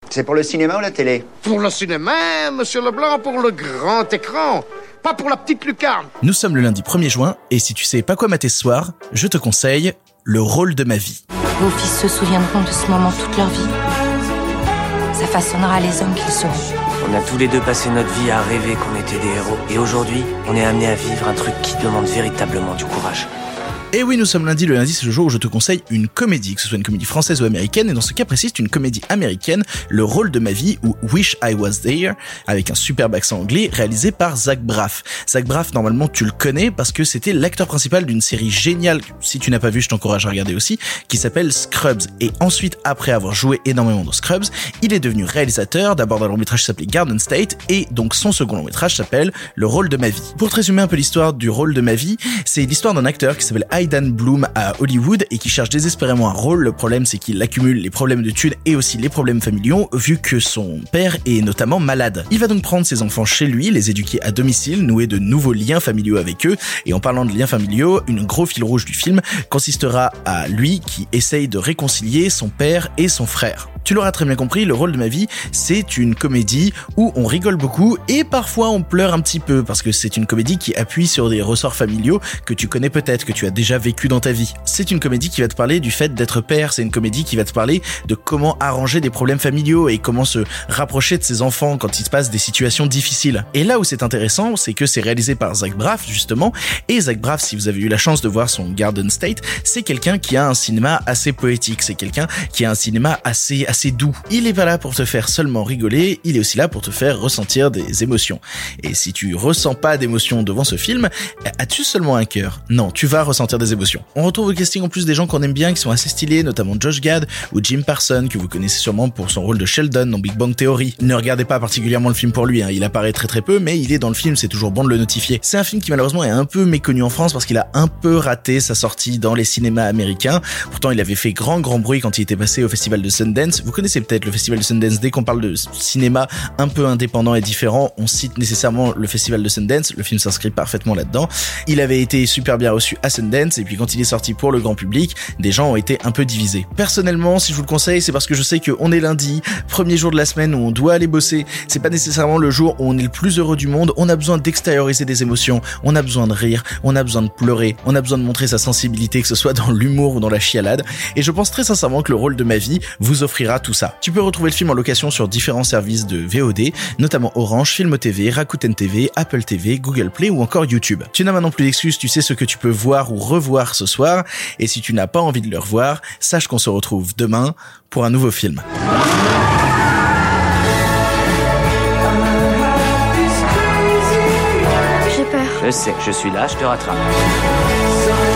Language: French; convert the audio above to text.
C'est pour le cinéma ou la télé? Pour le cinéma, monsieur Leblanc, pour le grand écran. Pas pour la petite lucarne. Nous sommes le lundi 1er juin, et si tu sais pas quoi mater ce soir, je te conseille Le rôle de ma vie. Vos fils se souviendront de ce moment toute leur vie. Ça façonnera les hommes qu'ils seront. On a tous les deux passé notre vie à rêver qu'on était des héros. Et aujourd'hui, on est amené à vivre un truc qui demande véritablement du courage. Et oui, nous sommes lundi, le lundi c'est le jour où je te conseille une comédie, que ce soit une comédie française ou américaine, et dans ce cas précis c'est une comédie américaine, Le rôle de ma vie, ou Wish I Was There, avec un superbe accent anglais, réalisé par Zach Braff. Zach Braff, normalement tu le connais parce que c'était l'acteur principal d'une série géniale, si tu n'as pas vu je t'encourage à regarder aussi, qui s'appelle Scrubs. Et ensuite, après avoir joué énormément dans Scrubs, il est devenu réalisateur, d'abord d'un long métrage qui s'appelait Garden State, et donc son second long métrage s'appelle Le rôle de ma vie. Pour te résumer un peu l'histoire du rôle de ma vie, c'est l'histoire d'un acteur qui s'appelle Aidan Bloom à Hollywood et qui cherche désespérément un rôle. Le problème c'est qu'il accumule les problèmes de thunes et aussi les problèmes familiaux vu que son père est notamment malade. Il va donc prendre ses enfants chez lui, les éduquer à domicile, nouer de nouveaux liens familiaux avec eux, et en parlant de liens familiaux, une gros fil rouge du film consistera à lui qui essaye de réconcilier son père et son frère. Tu l'auras très bien compris, Le rôle de ma vie, c'est une comédie où on rigole beaucoup et parfois on pleure un petit peu parce que c'est une comédie qui appuie sur des ressorts familiaux que tu connais peut-être, que tu as déjà vécu dans ta vie. C'est une comédie qui va te parler du fait d'être père, c'est une comédie qui va te parler de comment arranger des problèmes familiaux et comment se rapprocher de ses enfants quand il se passe des situations difficiles. Et là où c'est intéressant, c'est que c'est réalisé par Zach Braff justement, et Zach Braff, si vous avez eu la chance de voir son Garden State, c'est quelqu'un qui a un cinéma assez poétique, c'est quelqu'un qui a un cinéma assez doux. Il est pas là pour te faire seulement rigoler, il est aussi là pour te faire ressentir des émotions. Et si tu ressens pas d'émotions devant ce film, as-tu seulement un cœur? Non, tu vas ressentir des émotions. On retrouve au casting en plus des gens qu'on aime bien, qui sont assez stylés, notamment Josh Gad ou Jim Parsons, que vous connaissez sûrement pour son rôle de Sheldon dans Big Bang Theory. Ne regardez pas particulièrement le film pour lui, il apparaît très peu, mais il est dans le film, c'est toujours bon de le notifier. C'est un film qui malheureusement est un peu méconnu en France parce qu'il a un peu raté sa sortie dans les cinémas américains. Pourtant, il avait fait grand bruit quand il était passé au festival de Sundance. Vous connaissez peut-être le festival de Sundance, dès qu'on parle de cinéma un peu indépendant et différent, on cite nécessairement le festival de Sundance, le film s'inscrit parfaitement là-dedans. Il avait été super bien reçu à Sundance, et puis quand il est sorti pour le grand public, des gens ont été un peu divisés. Personnellement, si je vous le conseille, c'est parce que je sais qu'on est lundi, premier jour de la semaine où on doit aller bosser, c'est pas nécessairement le jour où on est le plus heureux du monde, on a besoin d'extérioriser des émotions, on a besoin de rire, on a besoin de pleurer, on a besoin de montrer sa sensibilité, que ce soit dans l'humour ou dans la chialade, et je pense très sincèrement que Le rôle de ma vie vous offrira tout ça. Tu peux retrouver le film en location sur différents services de VOD, notamment Orange, Film TV, Rakuten TV, Apple TV, Google Play ou encore YouTube. Tu n'as maintenant plus d'excuses, tu sais ce que tu peux voir ou revoir ce soir, et si tu n'as pas envie de le revoir, sache qu'on se retrouve demain pour un nouveau film. J'ai peur. Je sais, je suis là, je te rattrape.